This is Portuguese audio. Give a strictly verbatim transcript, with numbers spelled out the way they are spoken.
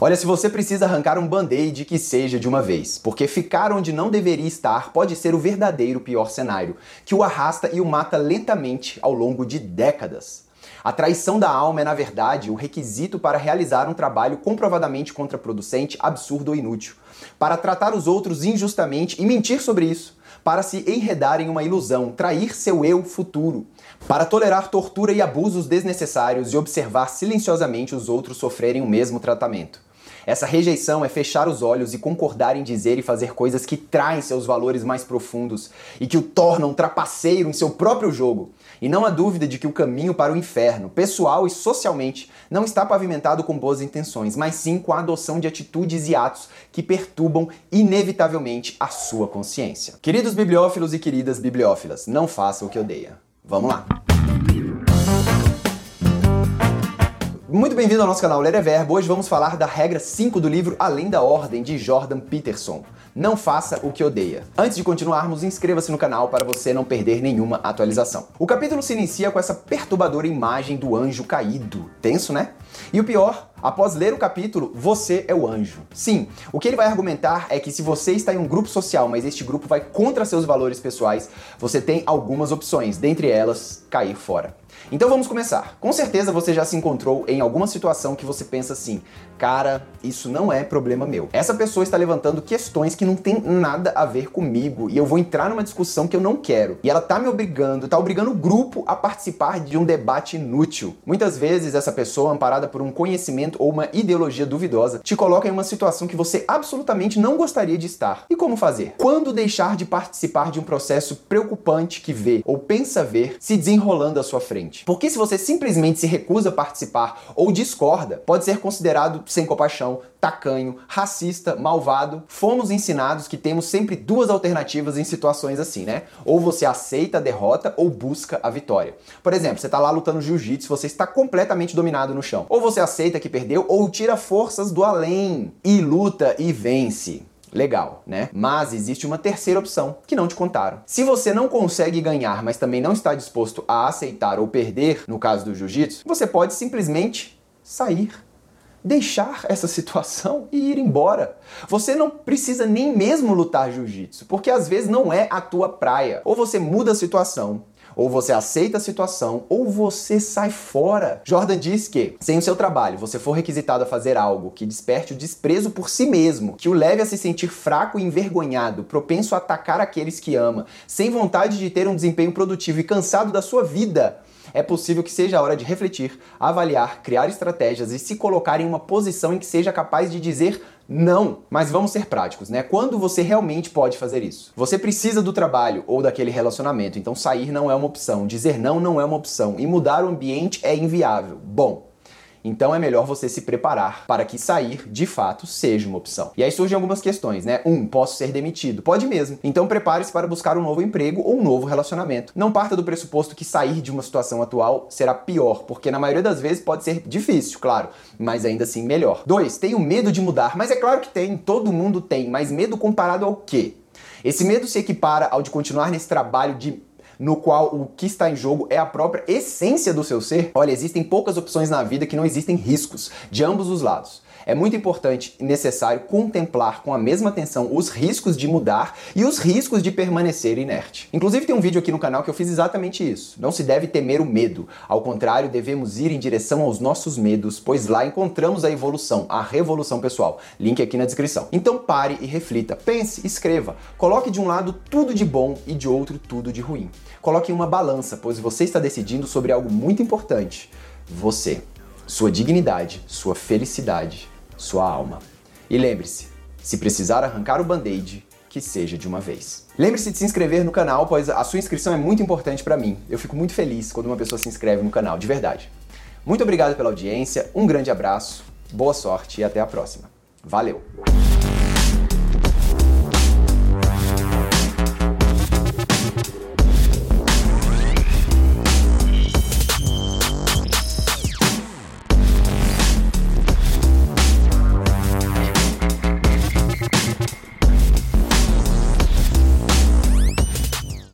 Olha, se você precisa arrancar um band-aid, que seja de uma vez, porque ficar onde não deveria estar pode ser o verdadeiro pior cenário, que o arrasta e o mata lentamente ao longo de décadas. A traição da alma é, na verdade, o requisito para realizar um trabalho comprovadamente contraproducente, absurdo ou inútil, para tratar os outros injustamente e mentir sobre isso, para se enredar em uma ilusão, trair seu eu futuro, para tolerar tortura e abusos desnecessários e observar silenciosamente os outros sofrerem o mesmo tratamento. Essa rejeição é fechar os olhos e concordar em dizer e fazer coisas que traem seus valores mais profundos e que o tornam trapaceiro em seu próprio jogo. E não há dúvida de que o caminho para o inferno, pessoal e socialmente, não está pavimentado com boas intenções, mas sim com a adoção de atitudes e atos que perturbam inevitavelmente a sua consciência. Queridos bibliófilos e queridas bibliófilas, não faça o que odeia. Vamos lá! Muito bem-vindo ao nosso canal Ler é Verbo. Hoje vamos falar da regra cinco do livro Além da Ordem, de Jordan Peterson. Não faça o que odeia. Antes de continuarmos, inscreva-se no canal para você não perder nenhuma atualização. O capítulo se inicia com essa perturbadora imagem do anjo caído. Tenso, né? E o pior, após ler o capítulo, você é o anjo. Sim, o que ele vai argumentar é que se você está em um grupo social, mas este grupo vai contra seus valores pessoais, você tem algumas opções, dentre elas, cair fora. Então vamos começar. Com certeza você já se encontrou em alguma situação que você pensa assim, cara, isso não é problema meu. Essa pessoa está levantando questões que não tem nada a ver comigo e eu vou entrar numa discussão que eu não quero. E ela tá me obrigando, tá obrigando o grupo a participar de um debate inútil. Muitas vezes essa pessoa, amparada por um conhecimento ou uma ideologia duvidosa, te coloca em uma situação que você absolutamente não gostaria de estar. E como fazer? Quando deixar de participar de um processo preocupante que vê ou pensa ver se desenrolando à sua frente? Porque se você simplesmente se recusa a participar ou discorda, pode ser considerado sem compaixão, tacanho, racista, malvado. Fomos ensinados que temos sempre duas alternativas em situações assim, né? Ou você aceita a derrota ou busca a vitória. Por exemplo, você tá lá lutando jiu-jitsu, você está completamente dominado no chão. Ou você aceita que perdeu ou tira forças do além e luta e vence. Legal, né? Mas existe uma terceira opção, que não te contaram. Se você não consegue ganhar, mas também não está disposto a aceitar ou perder, no caso do jiu-jitsu, você pode simplesmente sair. Deixar essa situação e ir embora. Você não precisa nem mesmo lutar jiu-jitsu, porque às vezes não é a tua praia. Ou você muda a situação, ou você aceita a situação, ou você sai fora. Jordan diz que, sem o seu trabalho, você for requisitado a fazer algo que desperte o desprezo por si mesmo, que o leve a se sentir fraco e envergonhado, propenso a atacar aqueles que ama, sem vontade de ter um desempenho produtivo e cansado da sua vida, é possível que seja a hora de refletir, avaliar, criar estratégias e se colocar em uma posição em que seja capaz de dizer não. Mas vamos ser práticos, né? Quando você realmente pode fazer isso? Você precisa do trabalho ou daquele relacionamento, então sair não é uma opção, dizer não não é uma opção e mudar o ambiente é inviável. Bom, então é melhor você se preparar para que sair, de fato, seja uma opção. E aí surgem algumas questões, né? Um, posso ser demitido? Pode mesmo. Então prepare-se para buscar um novo emprego ou um novo relacionamento. Não parta do pressuposto que sair de uma situação atual será pior, porque na maioria das vezes pode ser difícil, claro, mas ainda assim melhor. Dois, tenho medo de mudar, mas é claro que tem, todo mundo tem, mas medo comparado ao quê? Esse medo se equipara ao de continuar nesse trabalho de no qual o que está em jogo é a própria essência do seu ser. Olha, existem poucas opções na vida que não existem riscos, de ambos os lados. É muito importante e necessário contemplar com a mesma atenção os riscos de mudar e os riscos de permanecer inerte. Inclusive tem um vídeo aqui no canal que eu fiz exatamente isso. Não se deve temer o medo. Ao contrário, devemos ir em direção aos nossos medos, pois lá encontramos a evolução, a revolução pessoal. Link aqui na descrição. Então pare e reflita. Pense, escreva. Coloque de um lado tudo de bom e de outro tudo de ruim. Coloque em uma balança, pois você está decidindo sobre algo muito importante. Você. Sua dignidade, sua felicidade, sua alma. E lembre-se, se precisar arrancar o band-aid, que seja de uma vez. Lembre-se de se inscrever no canal, pois a sua inscrição é muito importante para mim. Eu fico muito feliz quando uma pessoa se inscreve no canal, de verdade. Muito obrigado pela audiência, um grande abraço, boa sorte e até a próxima. Valeu!